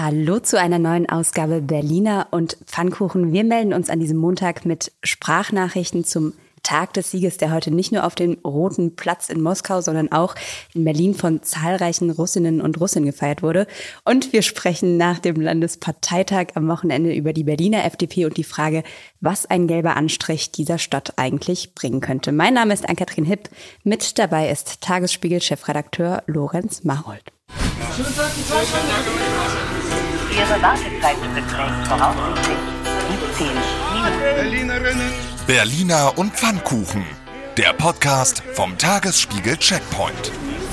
Hallo zu einer neuen Ausgabe Berliner und Pfannkuchen. Wir melden uns an diesem Montag mit Sprachnachrichten zum Tag des Sieges, der heute nicht nur auf dem Roten Platz in Moskau, sondern auch in Berlin von zahlreichen Russinnen und Russen gefeiert wurde. Und wir sprechen nach dem Landesparteitag am Wochenende über die Berliner FDP und die Frage, was ein gelber Anstrich dieser Stadt eigentlich bringen könnte. Mein Name ist Ann-Kathrin Hipp. Mit dabei ist Tagesspiegel-Chefredakteur Lorenz Marold. Ihre Wartezeit beträgt voraussichtlich 17 Minuten. Berliner und Pfannkuchen, der Podcast vom Tagesspiegel Checkpoint.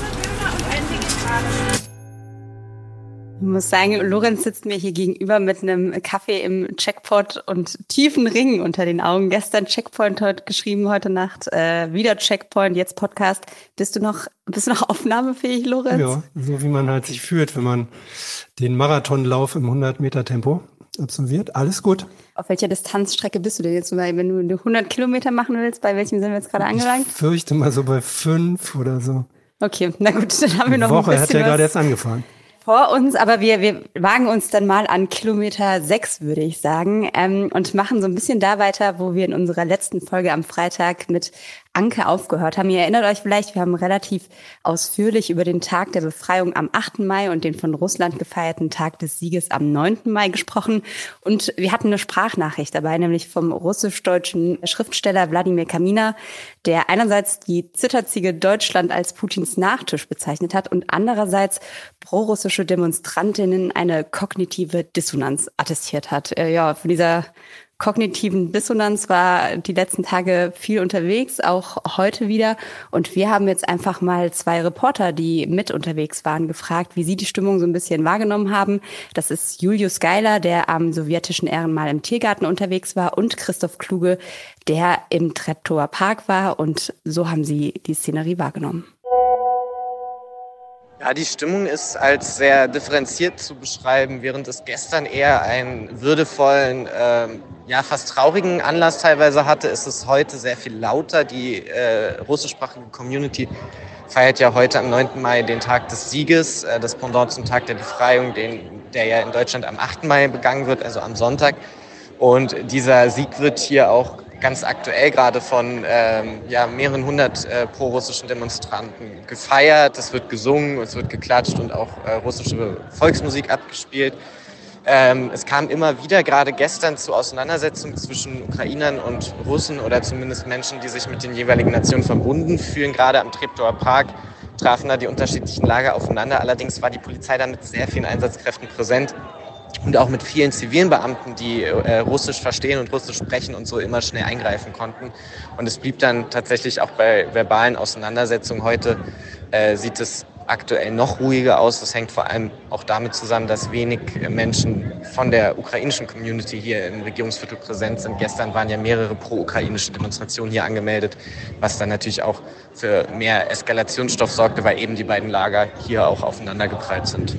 Ich muss sagen, Lorenz sitzt mir hier gegenüber mit einem Kaffee im Checkpoint und tiefen Ringen unter den Augen. Gestern Checkpoint, heute geschrieben, heute Nacht wieder Checkpoint, jetzt Podcast. Bist du noch aufnahmefähig, Lorenz? Ja, so wie man halt sich fühlt, wenn man den Marathonlauf im 100-Meter-Tempo absolviert. Alles gut. Auf welcher Distanzstrecke bist du denn jetzt? Wenn du 100 Kilometer machen willst, bei welchem sind wir jetzt gerade angelangt? Ich fürchte mal so bei 5 oder so. Okay, na gut, dann haben wir noch ein bisschen. Die Woche hat ja gerade erst angefangen. Vor uns, aber wir wagen uns dann mal an Kilometer 6, würde ich sagen, und machen so ein bisschen da weiter, wo wir in unserer letzten Folge am Freitag mit Anke aufgehört haben. Ihr erinnert euch vielleicht, wir haben relativ ausführlich über den Tag der Befreiung am 8. Mai und den von Russland gefeierten Tag des Sieges am 9. Mai gesprochen. Und wir hatten eine Sprachnachricht dabei, nämlich vom russisch-deutschen Schriftsteller Wladimir Kaminer, der einerseits die Zitterziege Deutschland als Putins Nachtisch bezeichnet hat und andererseits prorussische Demonstrantinnen eine kognitive Dissonanz attestiert hat. Von dieser kognitiven Dissonanz war die letzten Tage viel unterwegs, auch heute wieder. Und wir haben jetzt einfach mal 2 Reporter, die mit unterwegs waren, gefragt, wie sie die Stimmung so ein bisschen wahrgenommen haben. Das ist Julius Geiler, der am sowjetischen Ehrenmal im Tiergarten unterwegs war, und Christoph Kluge, der im Treptower Park war. Und so haben sie die Szenerie wahrgenommen. Ja, die Stimmung ist als sehr differenziert zu beschreiben, während es gestern eher einen würdevollen, fast traurigen Anlass teilweise hatte, ist es heute sehr viel lauter. Die russischsprachige Community feiert ja heute am 9. Mai den Tag des Sieges, das Pendant zum Tag der Befreiung, der ja in Deutschland am 8. Mai begangen wird, also am Sonntag. Und dieser Sieg wird hier auch ganz aktuell gerade von mehreren hundert prorussischen Demonstranten gefeiert. Es wird gesungen, es wird geklatscht und auch russische Volksmusik abgespielt. Es kam immer wieder, gerade gestern, zu Auseinandersetzungen zwischen Ukrainern und Russen oder zumindest Menschen, die sich mit den jeweiligen Nationen verbunden fühlen. Gerade am Treptower Park trafen da die unterschiedlichen Lager aufeinander. Allerdings war die Polizei da mit sehr vielen Einsatzkräften präsent. Und auch mit vielen zivilen Beamten, die Russisch verstehen und Russisch sprechen und so immer schnell eingreifen konnten. Und es blieb dann tatsächlich auch bei verbalen Auseinandersetzungen. Heute sieht es aktuell noch ruhiger aus. Das hängt vor allem auch damit zusammen, dass wenig Menschen von der ukrainischen Community hier im Regierungsviertel präsent sind. Gestern waren ja mehrere pro-ukrainische Demonstrationen hier angemeldet, was dann natürlich auch für mehr Eskalationsstoff sorgte, weil eben die beiden Lager hier auch aufeinandergeprallt sind.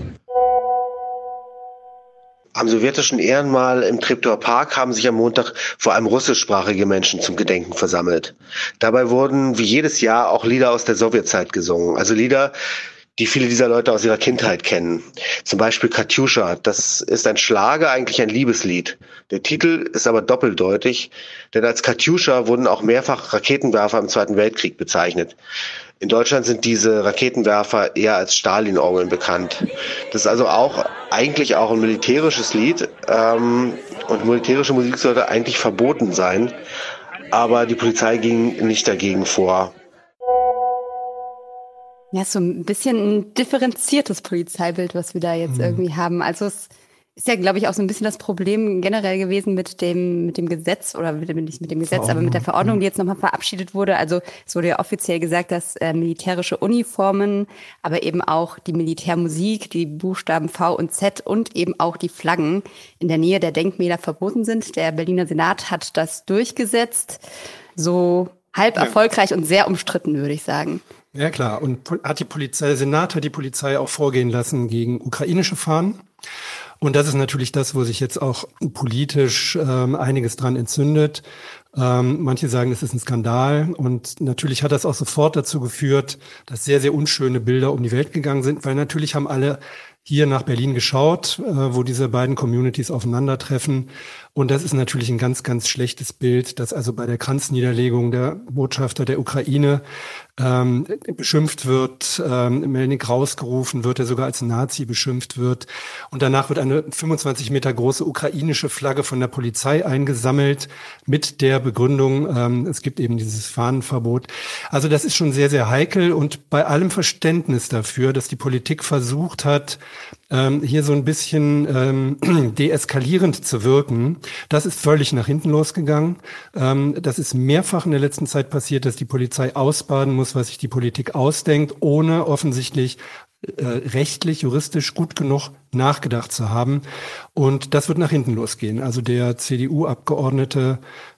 Am sowjetischen Ehrenmal im Treptower Park haben sich am Montag vor allem russischsprachige Menschen zum Gedenken versammelt. Dabei wurden wie jedes Jahr auch Lieder aus der Sowjetzeit gesungen, also Lieder, die viele dieser Leute aus ihrer Kindheit kennen. Zum Beispiel Katjuscha, das ist ein Schlager, eigentlich ein Liebeslied. Der Titel ist aber doppeldeutig, denn als Katjuscha wurden auch mehrfach Raketenwerfer im Zweiten Weltkrieg bezeichnet. In Deutschland sind diese Raketenwerfer eher als Stalin-Orgeln bekannt. Das ist also eigentlich auch ein militärisches Lied. Und militärische Musik sollte eigentlich verboten sein. Aber die Polizei ging nicht dagegen vor. Ja, so ein bisschen ein differenziertes Polizeibild, was wir da jetzt irgendwie haben. Also es ist ja, glaube ich, auch so ein bisschen das Problem generell gewesen mit dem Gesetz, oder nicht mit dem Gesetz, aber mit der Verordnung, die jetzt nochmal verabschiedet wurde. Also es wurde ja offiziell gesagt, dass militärische Uniformen, aber eben auch die Militärmusik, die Buchstaben V und Z und eben auch die Flaggen in der Nähe der Denkmäler verboten sind. Der Berliner Senat hat das durchgesetzt, so halb erfolgreich und sehr umstritten, würde ich sagen. Ja klar, und der Senat hat die Polizei auch vorgehen lassen gegen ukrainische Fahnen. Und das ist natürlich das, wo sich jetzt auch politisch einiges dran entzündet. Manche sagen, es ist ein Skandal. Und natürlich hat das auch sofort dazu geführt, dass sehr, sehr unschöne Bilder um die Welt gegangen sind, weil natürlich haben alle hier nach Berlin geschaut, wo diese beiden Communities aufeinandertreffen. Und das ist natürlich ein ganz, ganz schlechtes Bild, dass also bei der Kranzniederlegung der Botschafter der Ukraine beschimpft wird, Melnik rausgerufen wird, der sogar als Nazi beschimpft wird. Und danach wird eine 25 Meter große ukrainische Flagge von der Polizei eingesammelt mit der Begründung, es gibt eben dieses Fahnenverbot. Also das ist schon sehr, sehr heikel und bei allem Verständnis dafür, dass die Politik versucht hat, hier so ein bisschen deeskalierend zu wirken. Das ist völlig nach hinten losgegangen. Das ist mehrfach in der letzten Zeit passiert, dass die Polizei ausbaden muss, was sich die Politik ausdenkt, ohne offensichtlich rechtlich, juristisch gut genug nachgedacht zu haben. Und das wird nach hinten losgehen. Also der CDU-Abgeordnete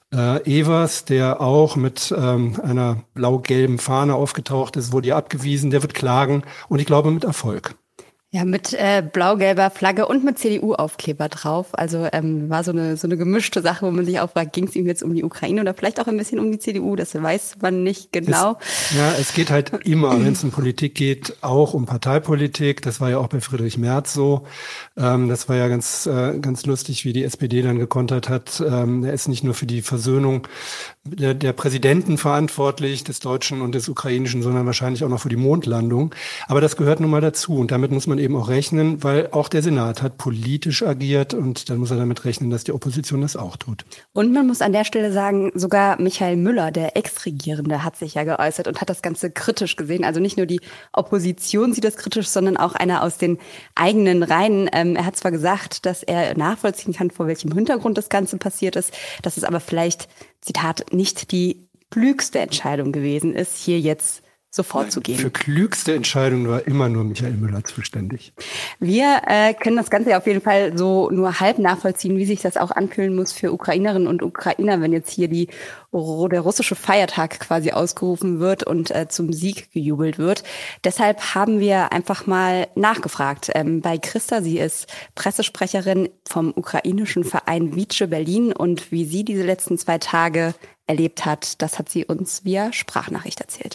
Evers, der auch mit einer blau-gelben Fahne aufgetaucht ist, wurde ja abgewiesen, der wird klagen und ich glaube mit Erfolg. Ja, mit blau-gelber Flagge und mit CDU-Aufkleber drauf. Also war so eine gemischte Sache, wo man sich auch fragt, ging es ihm jetzt um die Ukraine oder vielleicht auch ein bisschen um die CDU? Das weiß man nicht genau. Es geht halt immer, wenn es um Politik geht, auch um Parteipolitik. Das war ja auch bei Friedrich Merz so. Das war ja ganz lustig, wie die SPD dann gekontert hat. Er ist nicht nur für die Versöhnung der Präsidenten verantwortlich, des deutschen und des ukrainischen, sondern wahrscheinlich auch noch für die Mondlandung. Aber das gehört nun mal dazu und damit muss man eben auch rechnen, weil auch der Senat hat politisch agiert und dann muss er damit rechnen, dass die Opposition das auch tut. Und man muss an der Stelle sagen, sogar Michael Müller, der Ex-Regierende, hat sich ja geäußert und hat das Ganze kritisch gesehen. Also nicht nur die Opposition sieht das kritisch, sondern auch einer aus den eigenen Reihen. Er hat zwar gesagt, dass er nachvollziehen kann, vor welchem Hintergrund das Ganze passiert ist, dass es aber vielleicht, Zitat, nicht die klügste Entscheidung gewesen ist, hier jetzt so vorzugehen. Für klügste Entscheidungen war immer nur Michael Müller zuständig. Wir können das Ganze ja auf jeden Fall so nur halb nachvollziehen, wie sich das auch anfühlen muss für Ukrainerinnen und Ukrainer, wenn jetzt hier der russische Feiertag quasi ausgerufen wird und zum Sieg gejubelt wird. Deshalb haben wir einfach mal nachgefragt bei Christa. Sie ist Pressesprecherin vom ukrainischen Verein Vice Berlin und wie sie diese letzten 2 Tage erlebt hat, das hat sie uns via Sprachnachricht erzählt.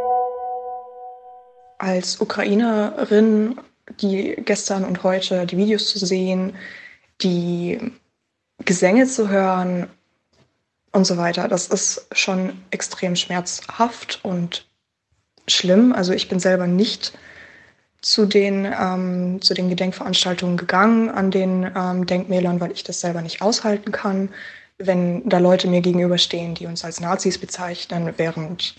Als Ukrainerin, die gestern und heute die Videos zu sehen, die Gesänge zu hören und so weiter, das ist schon extrem schmerzhaft und schlimm. Also ich bin selber nicht zu den Gedenkveranstaltungen gegangen, an den Denkmälern, weil ich das selber nicht aushalten kann, wenn da Leute mir gegenüberstehen, die uns als Nazis bezeichnen, während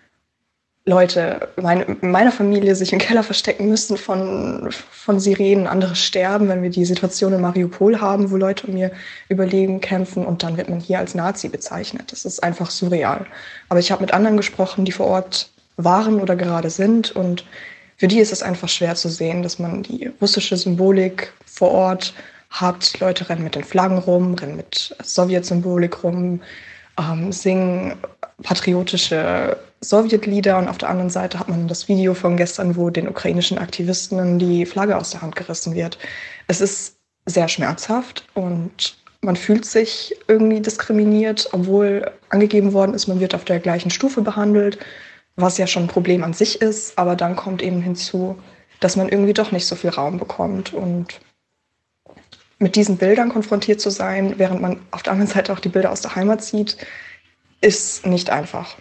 Leute meiner Familie sich im Keller verstecken müssen von Sirenen, andere sterben, wenn wir die Situation in Mariupol haben, wo Leute um ihr Überleben kämpfen und dann wird man hier als Nazi bezeichnet. Das ist einfach surreal. Aber ich habe mit anderen gesprochen, die vor Ort waren oder gerade sind und für die ist es einfach schwer zu sehen, dass man die russische Symbolik vor Ort hat. Leute rennen mit den Flaggen rum, rennen mit Sowjetsymbolik rum, singen patriotische Sowjetlieder und auf der anderen Seite hat man das Video von gestern, wo den ukrainischen Aktivisten die Flagge aus der Hand gerissen wird. Es ist sehr schmerzhaft und man fühlt sich irgendwie diskriminiert, obwohl angegeben worden ist, man wird auf der gleichen Stufe behandelt, was ja schon ein Problem an sich ist, aber dann kommt eben hinzu, dass man irgendwie doch nicht so viel Raum bekommt und mit diesen Bildern konfrontiert zu sein, während man auf der anderen Seite auch die Bilder aus der Heimat sieht, ist nicht einfach.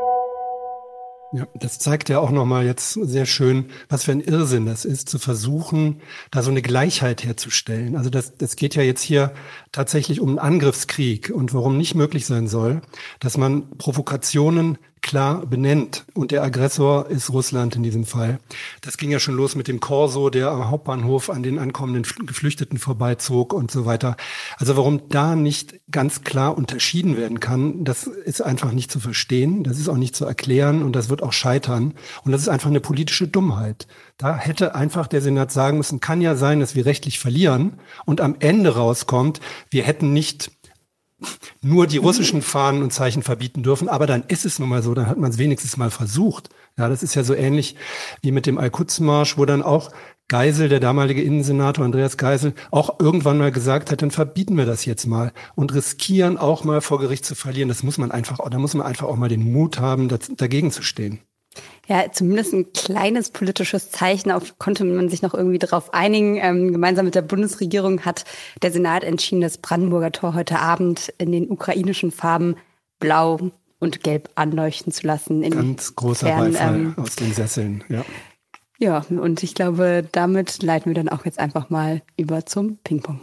Ja, das zeigt ja auch nochmal jetzt sehr schön, was für ein Irrsinn das ist, zu versuchen, da so eine Gleichheit herzustellen. Also das geht ja jetzt hier tatsächlich um einen Angriffskrieg und warum nicht möglich sein soll, dass man Provokationen klar benennt. Und der Aggressor ist Russland in diesem Fall. Das ging ja schon los mit dem Corso, der am Hauptbahnhof an den ankommenden Geflüchteten vorbeizog und so weiter. Also warum da nicht ganz klar unterschieden werden kann, das ist einfach nicht zu verstehen, das ist auch nicht zu erklären und das wird auch scheitern. Und das ist einfach eine politische Dummheit. Da hätte einfach der Senat sagen müssen, kann ja sein, dass wir rechtlich verlieren und am Ende rauskommt, wir hätten nicht nur die russischen Fahnen und Zeichen verbieten dürfen, aber dann ist es nun mal so, dann hat man es wenigstens mal versucht. Ja, das ist ja so ähnlich wie mit dem Al-Quds-Marsch, wo dann auch Geisel, der damalige Innensenator Andreas Geisel, auch irgendwann mal gesagt hat, dann verbieten wir das jetzt mal und riskieren auch mal vor Gericht zu verlieren. Da muss man einfach auch mal den Mut haben, dagegen zu stehen. Ja, zumindest ein kleines politisches Zeichen, konnte man sich noch irgendwie darauf einigen. Gemeinsam mit der Bundesregierung hat der Senat entschieden, das Brandenburger Tor heute Abend in den ukrainischen Farben Blau und Gelb anleuchten zu lassen. Ganz großer Beifall aus den Sesseln, ja. Ja, und ich glaube, damit leiten wir dann auch jetzt einfach mal über zum Ping-Pong.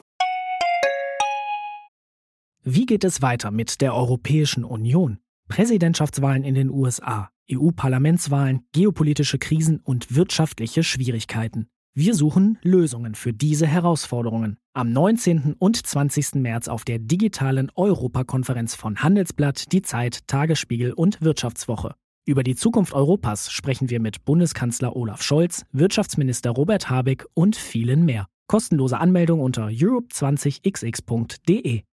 Wie geht es weiter mit der Europäischen Union? Präsidentschaftswahlen in den USA, EU-Parlamentswahlen, geopolitische Krisen und wirtschaftliche Schwierigkeiten. Wir suchen Lösungen für diese Herausforderungen. Am 19. und 20. März auf der digitalen Europakonferenz von Handelsblatt, Die Zeit, Tagesspiegel und Wirtschaftswoche. Über die Zukunft Europas sprechen wir mit Bundeskanzler Olaf Scholz, Wirtschaftsminister Robert Habeck und vielen mehr. Kostenlose Anmeldung unter europe20xx.de.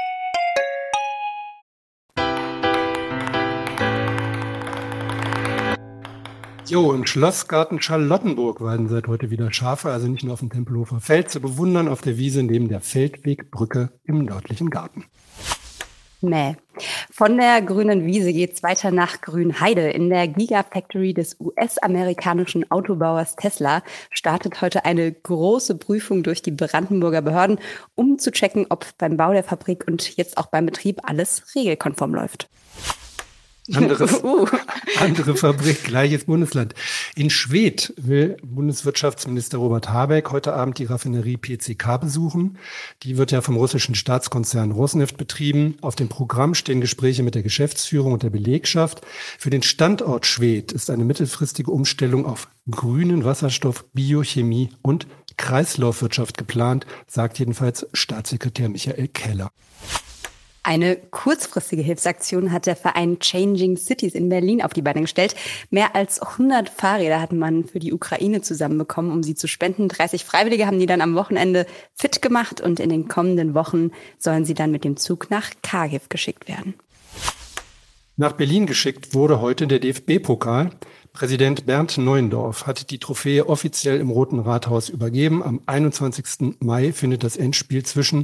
Jo, im Schlossgarten Charlottenburg weiden seit heute wieder Schafe, also nicht nur auf dem Tempelhofer Feld, zu bewundern auf der Wiese neben der Feldwegbrücke im nördlichen Garten. Nee. Von der grünen Wiese geht's weiter nach Grünheide. In der Gigafactory des US-amerikanischen Autobauers Tesla startet heute eine große Prüfung durch die Brandenburger Behörden, um zu checken, ob beim Bau der Fabrik und jetzt auch beim Betrieb alles regelkonform läuft. Andere Fabrik, gleiches Bundesland. In Schwedt will Bundeswirtschaftsminister Robert Habeck heute Abend die Raffinerie PCK besuchen. Die wird ja vom russischen Staatskonzern Rosneft betrieben. Auf dem Programm stehen Gespräche mit der Geschäftsführung und der Belegschaft. Für den Standort Schwedt ist eine mittelfristige Umstellung auf grünen Wasserstoff, Biochemie und Kreislaufwirtschaft geplant, sagt jedenfalls Staatssekretär Michael Keller. Eine kurzfristige Hilfsaktion hat der Verein Changing Cities in Berlin auf die Beine gestellt. Mehr als 100 Fahrräder hat man für die Ukraine zusammenbekommen, um sie zu spenden. 30 Freiwillige haben die dann am Wochenende fit gemacht und in den kommenden Wochen sollen sie dann mit dem Zug nach Kharkiv geschickt werden. Nach Berlin geschickt wurde heute der DFB-Pokal. Präsident Bernd Neuendorf hat die Trophäe offiziell im Roten Rathaus übergeben. Am 21. Mai findet das Endspiel zwischen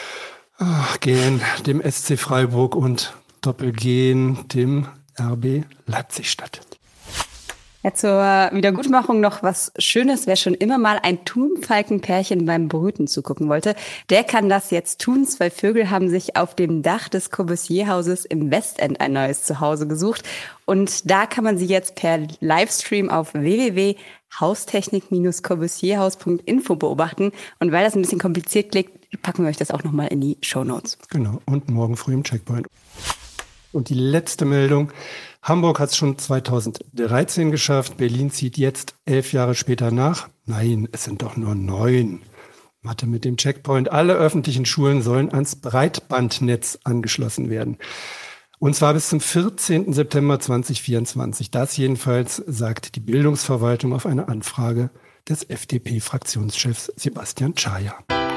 dem SC Freiburg und Doppel-G, dem RB Leipzig statt. Ja, zur Wiedergutmachung noch was Schönes. Wer schon immer mal ein Turmfalkenpärchen beim Brüten zugucken wollte, der kann das jetzt tun. 2 Vögel haben sich auf dem Dach des Corbusier-Hauses im Westend ein neues Zuhause gesucht. Und da kann man sie jetzt per Livestream auf www.haustechnik-corbusierhaus.info beobachten. Und weil das ein bisschen kompliziert klingt, packen wir euch das auch nochmal in die Shownotes. Genau, und morgen früh im Checkpoint. Und die letzte Meldung. Hamburg hat es schon 2013 geschafft. Berlin zieht jetzt 11 Jahre später nach. Nein, es sind doch nur 9. Mathe mit dem Checkpoint. Alle öffentlichen Schulen sollen ans Breitbandnetz angeschlossen werden. Und zwar bis zum 14. September 2024. Das jedenfalls sagt die Bildungsverwaltung auf eine Anfrage des FDP-Fraktionschefs Sebastian Czaja.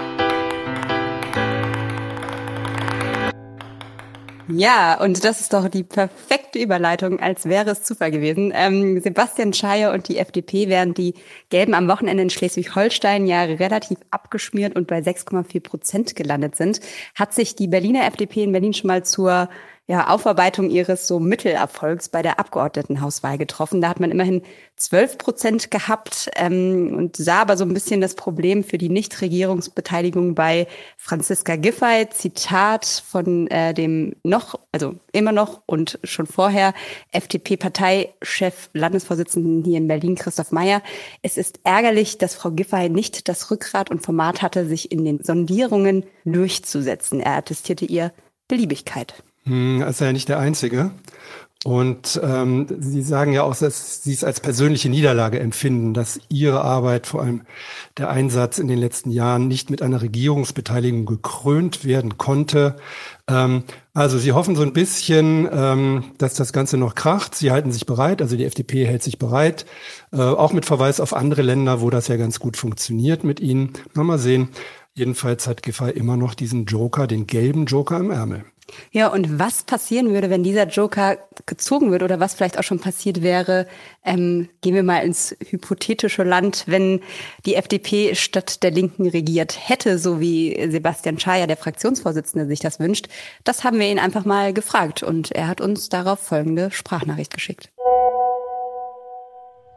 Ja, und das ist doch die perfekte Überleitung, als wäre es Zufall gewesen. Sebastian Czaja und die FDP, während die Gelben am Wochenende in Schleswig-Holstein ja relativ abgeschmiert und bei 6,4% gelandet sind, hat sich die Berliner FDP in Berlin schon mal zur Aufarbeitung ihres so Mittelerfolgs bei der Abgeordnetenhauswahl getroffen. Da hat man immerhin 12% gehabt und sah aber so ein bisschen das Problem für die Nichtregierungsbeteiligung bei Franziska Giffey. Zitat von dem immer noch und schon vorher FDP-Parteichef, Landesvorsitzenden hier in Berlin, Christoph Meyer. Es ist ärgerlich, dass Frau Giffey nicht das Rückgrat und Format hatte, sich in den Sondierungen durchzusetzen. Er attestierte ihr Beliebigkeit. Er ist ja nicht der Einzige. Und Sie sagen ja auch, dass Sie es als persönliche Niederlage empfinden, dass Ihre Arbeit, vor allem der Einsatz in den letzten Jahren, nicht mit einer Regierungsbeteiligung gekrönt werden konnte. Also Sie hoffen so ein bisschen, dass das Ganze noch kracht. Sie halten sich bereit, also die FDP hält sich bereit, auch mit Verweis auf andere Länder, wo das ja ganz gut funktioniert mit Ihnen. Mal sehen. Jedenfalls hat Giffey immer noch diesen Joker, den gelben Joker im Ärmel. Ja, und was passieren würde, wenn dieser Joker gezogen wird oder was vielleicht auch schon passiert wäre, gehen wir mal ins hypothetische Land, wenn die FDP statt der Linken regiert hätte, so wie Sebastian Czaja, der Fraktionsvorsitzende, sich das wünscht. Das haben wir ihn einfach mal gefragt und er hat uns darauf folgende Sprachnachricht geschickt.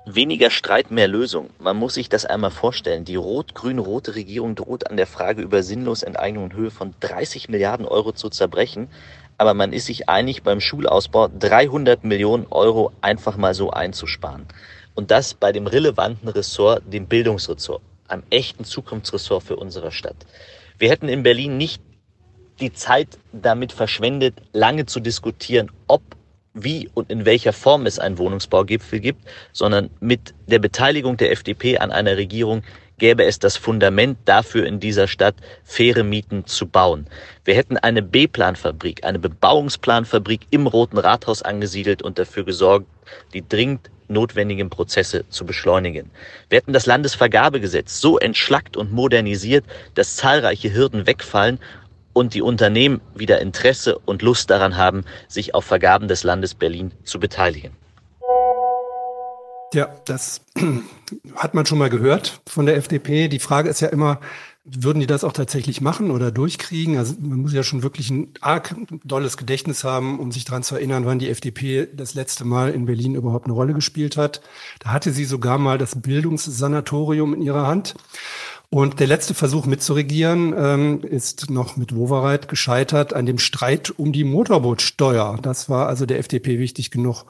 Weniger Streit, mehr Lösung. Man muss sich das einmal vorstellen. Die rot-grün-rote Regierung droht an der Frage über sinnlos Enteignung in Höhe von 30 Milliarden Euro zu zerbrechen. Aber man ist sich einig, beim Schulausbau 300 Millionen Euro einfach mal so einzusparen. Und das bei dem relevanten Ressort, dem Bildungsressort, einem echten Zukunftsressort für unsere Stadt. Wir hätten in Berlin nicht die Zeit damit verschwendet, lange zu diskutieren, ob, wie und in welcher Form es einen Wohnungsbaugipfel gibt, sondern mit der Beteiligung der FDP an einer Regierung gäbe es das Fundament dafür, in dieser Stadt faire Mieten zu bauen. Wir hätten eine B-Plan-Fabrik, eine Bebauungsplanfabrik im Roten Rathaus angesiedelt und dafür gesorgt, die dringend notwendigen Prozesse zu beschleunigen. Wir hätten das Landesvergabegesetz so entschlackt und modernisiert, dass zahlreiche Hürden wegfallen und die Unternehmen wieder Interesse und Lust daran haben, sich auf Vergaben des Landes Berlin zu beteiligen. Ja, das hat man schon mal gehört von der FDP. Die Frage ist ja immer, würden die das auch tatsächlich machen oder durchkriegen? Also man muss ja schon wirklich ein arg dolles Gedächtnis haben, um sich daran zu erinnern, wann die FDP das letzte Mal in Berlin überhaupt eine Rolle gespielt hat. Da hatte sie sogar mal das Bildungssanatorium in ihrer Hand. Und der letzte Versuch mitzuregieren ist noch mit Wowereit gescheitert an dem Streit um die Motorbootsteuer. Das war also der FDP wichtig genug,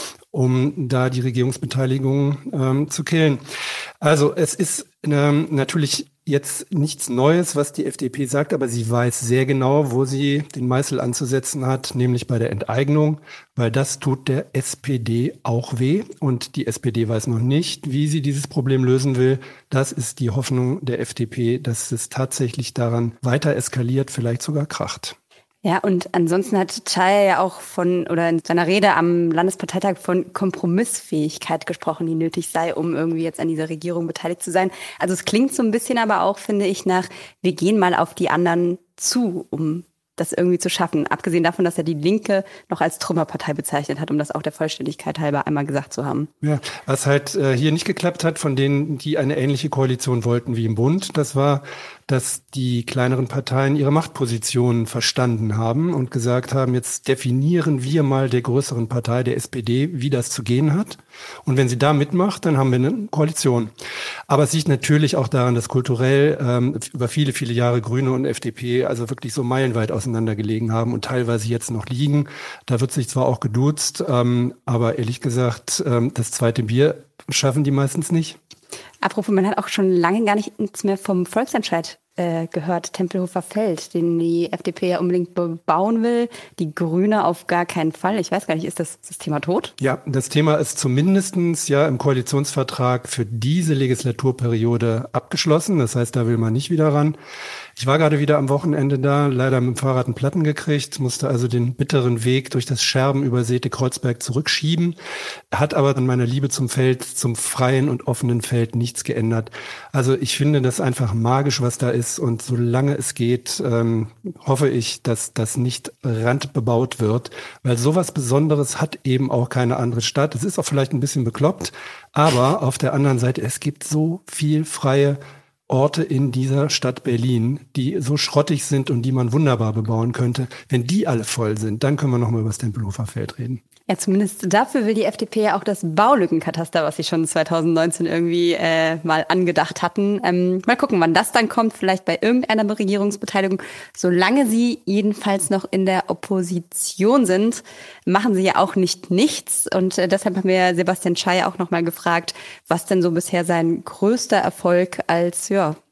um da die Regierungsbeteiligung zu killen. Also es ist natürlich jetzt nichts Neues, was die FDP sagt, aber sie weiß sehr genau, wo sie den Meißel anzusetzen hat, nämlich bei der Enteignung, weil das tut der SPD auch weh und die SPD weiß noch nicht, wie sie dieses Problem lösen will. Das ist die Hoffnung der FDP, dass es tatsächlich daran weiter eskaliert, vielleicht sogar kracht. Ja, und ansonsten hat Czaja ja auch in seiner Rede am Landesparteitag von Kompromissfähigkeit gesprochen, die nötig sei, um irgendwie jetzt an dieser Regierung beteiligt zu sein. Also es klingt so ein bisschen aber auch, finde ich, nach, wir gehen mal auf die anderen zu, um das irgendwie zu schaffen. Abgesehen davon, dass er die Linke noch als Trümmerpartei bezeichnet hat, um das auch der Vollständigkeit halber einmal gesagt zu haben. Ja, was halt hier nicht geklappt hat von denen, die eine ähnliche Koalition wollten wie im Bund, das war, dass die kleineren Parteien ihre Machtpositionen verstanden haben und gesagt haben, jetzt definieren wir mal der größeren Partei, der SPD, wie das zu gehen hat. Und wenn sie da mitmacht, dann haben wir eine Koalition. Aber es liegt natürlich auch daran, dass kulturell über viele, viele Jahre Grüne und FDP also wirklich so meilenweit auseinandergelegen haben und teilweise jetzt noch liegen. Da wird sich zwar auch geduzt, aber ehrlich gesagt, das zweite Bier schaffen die meistens nicht. Apropos, man hat auch schon lange gar nichts mehr vom Volksentscheid gehört, Tempelhofer Feld, den die FDP ja unbedingt bebauen will, die Grüne auf gar keinen Fall. Ich weiß gar nicht, ist das Thema tot? Ja, das Thema ist zumindestens ja im Koalitionsvertrag für diese Legislaturperiode abgeschlossen. Das heißt, da will man nicht wieder ran. Ich war gerade wieder am Wochenende da, leider mit dem Fahrrad einen Platten gekriegt, musste also den bitteren Weg durch das scherbenübersäte Kreuzberg zurückschieben, hat aber an meiner Liebe zum Feld, zum freien und offenen Feld nichts geändert. Also ich finde das einfach magisch, was da ist und solange es geht, hoffe ich, dass das nicht randbebaut wird, weil sowas Besonderes hat eben auch keine andere Stadt. Es ist auch vielleicht ein bisschen bekloppt, aber auf der anderen Seite, es gibt so viel freie Orte in dieser Stadt Berlin, die so schrottig sind und die man wunderbar bebauen könnte. Wenn die alle voll sind, dann können wir nochmal über das Tempelhofer Feld reden. Ja, zumindest dafür will die FDP ja auch das Baulückenkataster, was sie schon 2019 irgendwie mal angedacht hatten. Mal gucken, wann das dann kommt, vielleicht bei irgendeiner Regierungsbeteiligung. Solange sie jedenfalls noch in der Opposition sind, machen sie ja auch nicht nichts. Und deshalb haben wir Sebastian Czaja auch nochmal gefragt, was denn so bisher sein größter Erfolg als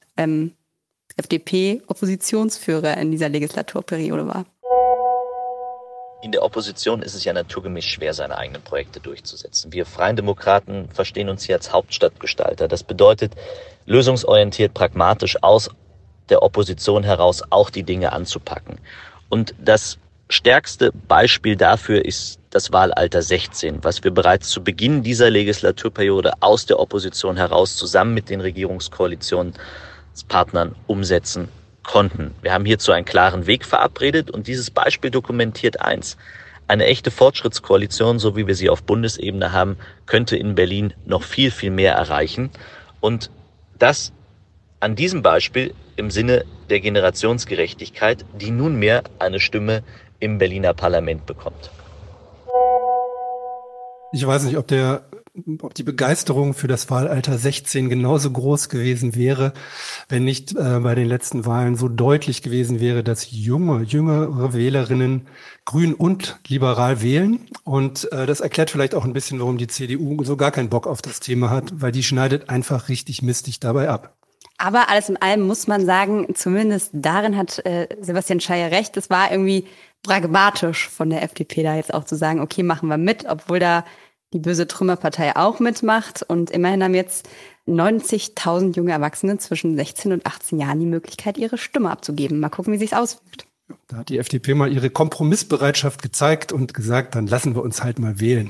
FDP-Oppositionsführer in dieser Legislaturperiode war. In der Opposition ist es ja naturgemäß schwer, seine eigenen Projekte durchzusetzen. Wir Freien Demokraten verstehen uns hier als Hauptstadtgestalter. Das bedeutet, lösungsorientiert, pragmatisch aus der Opposition heraus auch die Dinge anzupacken. Und das stärkste Beispiel dafür ist das Wahlalter 16, was wir bereits zu Beginn dieser Legislaturperiode aus der Opposition heraus zusammen mit den Regierungskoalitionspartnern umsetzen konnten. Wir haben hierzu einen klaren Weg verabredet und dieses Beispiel dokumentiert eins. Eine echte Fortschrittskoalition, so wie wir sie auf Bundesebene haben, könnte in Berlin noch viel, viel mehr erreichen. Und das an diesem Beispiel im Sinne der Generationsgerechtigkeit, die nunmehr eine Stimme im Berliner Parlament bekommt. Ich weiß nicht, ob der ob die Begeisterung für das Wahlalter 16 genauso groß gewesen wäre, wenn nicht bei den letzten Wahlen so deutlich gewesen wäre, dass jüngere Wählerinnen grün und liberal wählen. Und das erklärt vielleicht auch ein bisschen, warum die CDU so gar keinen Bock auf das Thema hat, weil die schneidet einfach richtig mistig dabei ab. Aber alles in allem muss man sagen, zumindest darin hat Sebastian Scheier recht, es war irgendwie pragmatisch von der FDP da jetzt auch zu sagen, okay, machen wir mit, obwohl da die böse Trümmerpartei auch mitmacht. Und immerhin haben jetzt 90.000 junge Erwachsene zwischen 16 und 18 Jahren die Möglichkeit, ihre Stimme abzugeben. Mal gucken, wie sich's auswirkt. Da hat die FDP mal ihre Kompromissbereitschaft gezeigt und gesagt, dann lassen wir uns halt mal wählen.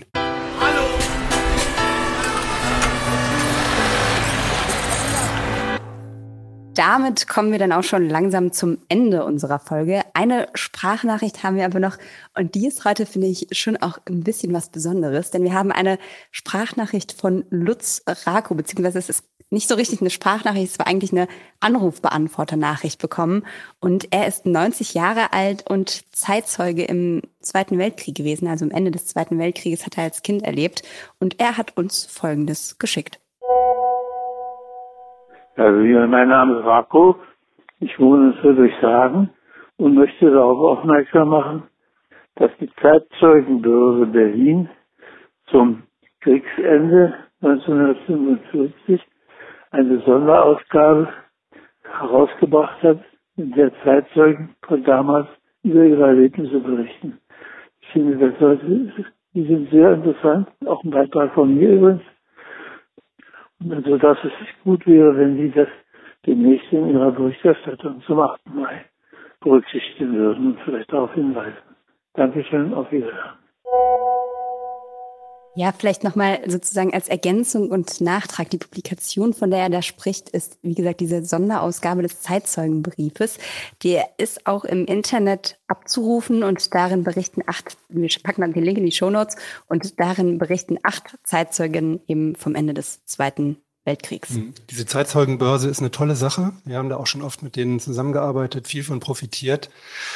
Damit kommen wir dann auch schon langsam zum Ende unserer Folge. Eine Sprachnachricht haben wir aber noch und die ist heute, finde ich, schon auch ein bisschen was Besonderes, denn wir haben eine Sprachnachricht von Lutz Rako, beziehungsweise es ist nicht so richtig eine Sprachnachricht, es war eigentlich eine Anrufbeantworter-Nachricht bekommen und er ist 90 Jahre alt und Zeitzeuge im Zweiten Weltkrieg gewesen, also am Ende des Zweiten Weltkrieges hat er als Kind erlebt und er hat uns Folgendes geschickt. Also mein Name ist Rako, ich wohne in Friedrichshagen und möchte darauf aufmerksam machen, dass die Zeitzeugenbörse Berlin zum Kriegsende 1945 eine Sonderausgabe herausgebracht hat, in der Zeitzeugen von damals über ihre Erlebnisse berichten. Ich finde das heute, die sind sehr interessant, auch ein Beitrag von mir übrigens. Also dass es gut wäre, wenn Sie das demnächst in Ihrer Berichterstattung zum 8. Mai berücksichtigen würden und vielleicht darauf hinweisen. Dankeschön, auf Wiedersehen. Ja, vielleicht nochmal sozusagen als Ergänzung und Nachtrag. Die Publikation, von der er da spricht, ist, wie gesagt, diese Sonderausgabe des Zeitzeugenbriefes. Der ist auch im Internet abzurufen und darin berichten wir packen dann den Link in die Shownotes, und darin berichten 8 Zeitzeugen eben vom Ende des Zweiten Weltkriegs. Diese Zeitzeugenbörse ist eine tolle Sache. Wir haben da auch schon oft mit denen zusammengearbeitet, viel von profitiert.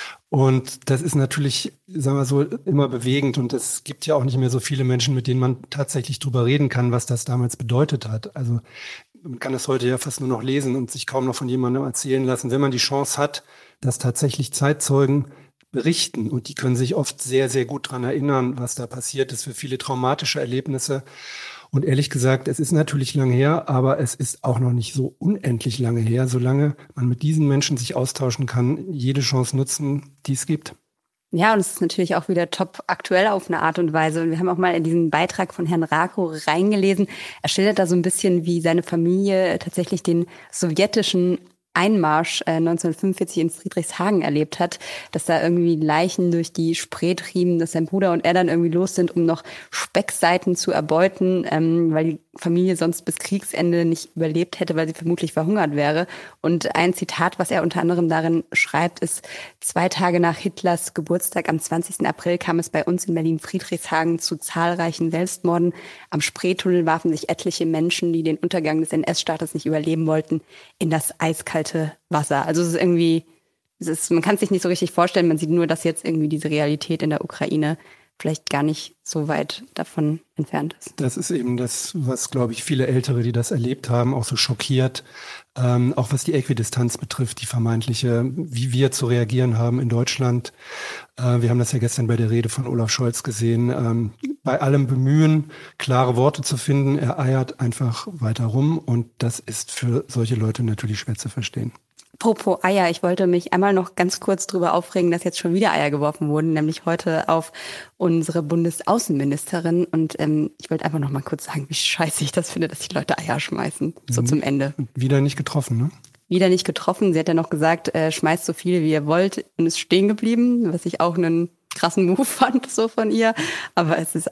Und das ist natürlich, sagen wir so, immer bewegend. Und es gibt ja auch nicht mehr so viele Menschen, mit denen man tatsächlich drüber reden kann, was das damals bedeutet hat. Also man kann das heute ja fast nur noch lesen und sich kaum noch von jemandem erzählen lassen. Wenn man die Chance hat, dass tatsächlich Zeitzeugen berichten, und die können sich oft sehr, sehr gut daran erinnern, was da passiert ist, für viele traumatische Erlebnisse. Und ehrlich gesagt, es ist natürlich lange her, aber es ist auch noch nicht so unendlich lange her. Solange man mit diesen Menschen sich austauschen kann, jede Chance nutzen, die es gibt. Ja, und es ist natürlich auch wieder top aktuell auf eine Art und Weise. Und wir haben auch mal in diesen Beitrag von Herrn Rako reingelesen. Er schildert da so ein bisschen, wie seine Familie tatsächlich den sowjetischen Einmarsch 1945 in Friedrichshagen erlebt hat, dass da irgendwie Leichen durch die Spree trieben, dass sein Bruder und er dann irgendwie los sind, um noch Speckseiten zu erbeuten, weil die Familie sonst bis Kriegsende nicht überlebt hätte, weil sie vermutlich verhungert wäre. Und ein Zitat, was er unter anderem darin schreibt, ist: 2 Tage nach Hitlers Geburtstag am 20. April kam es bei uns in Berlin-Friedrichshagen zu zahlreichen Selbstmorden. Am Spreetunnel warfen sich etliche Menschen, die den Untergang des NS-Staates nicht überleben wollten, in das eiskalte Wasser. Also es ist irgendwie, man kann es sich nicht so richtig vorstellen, man sieht nur, dass jetzt irgendwie diese Realität in der Ukraine vielleicht gar nicht so weit davon entfernt ist. Das ist eben das, was, glaube ich, viele Ältere, die das erlebt haben, auch so schockiert. Auch was die Äquidistanz betrifft, die vermeintliche, wie wir zu reagieren haben in Deutschland. Wir haben das ja gestern bei der Rede von Olaf Scholz gesehen. Bei allem Bemühen, klare Worte zu finden, er eiert einfach weiter rum. Und das ist für solche Leute natürlich schwer zu verstehen. Apropos Eier, ich wollte mich einmal noch ganz kurz drüber aufregen, dass jetzt schon wieder Eier geworfen wurden, nämlich heute auf unsere Bundesaußenministerin. Und ich wollte einfach noch mal kurz sagen, wie scheiße ich das finde, dass die Leute Eier schmeißen, so zum Ende. Wieder nicht getroffen, ne? Wieder nicht getroffen. Sie hat ja noch gesagt, schmeißt so viel, wie ihr wollt, und ist stehen geblieben, was ich auch einen krassen Move fand, so von ihr. Aber es ist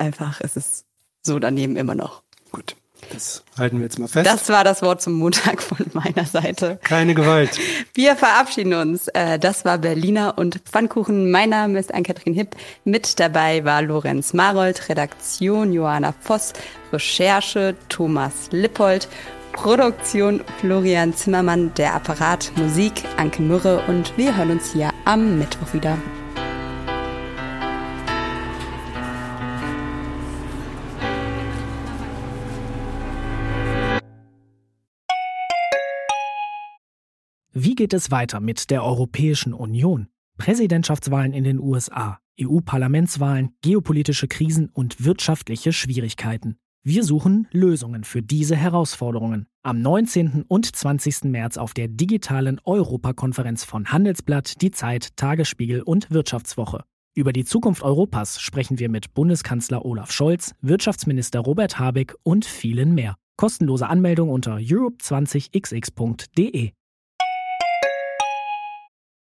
so daneben immer noch. Gut. Das halten wir jetzt mal fest. Das war das Wort zum Montag von meiner Seite. Keine Gewalt. Wir verabschieden uns. Das war Berliner und Pfannkuchen. Mein Name ist Ann-Kathrin Hipp. Mit dabei war Lorenz Marold, Redaktion Johanna Voss, Recherche Thomas Lippold, Produktion Florian Zimmermann, der Apparat Musik Anke Mürre, und wir hören uns hier am Mittwoch wieder. Wie geht es weiter mit der Europäischen Union? Präsidentschaftswahlen in den USA, EU-Parlamentswahlen, geopolitische Krisen und wirtschaftliche Schwierigkeiten. Wir suchen Lösungen für diese Herausforderungen. Am 19. und 20. März auf der digitalen Europakonferenz von Handelsblatt, Die Zeit, Tagesspiegel und Wirtschaftswoche. Über die Zukunft Europas sprechen wir mit Bundeskanzler Olaf Scholz, Wirtschaftsminister Robert Habeck und vielen mehr. Kostenlose Anmeldung unter europe20xx.de.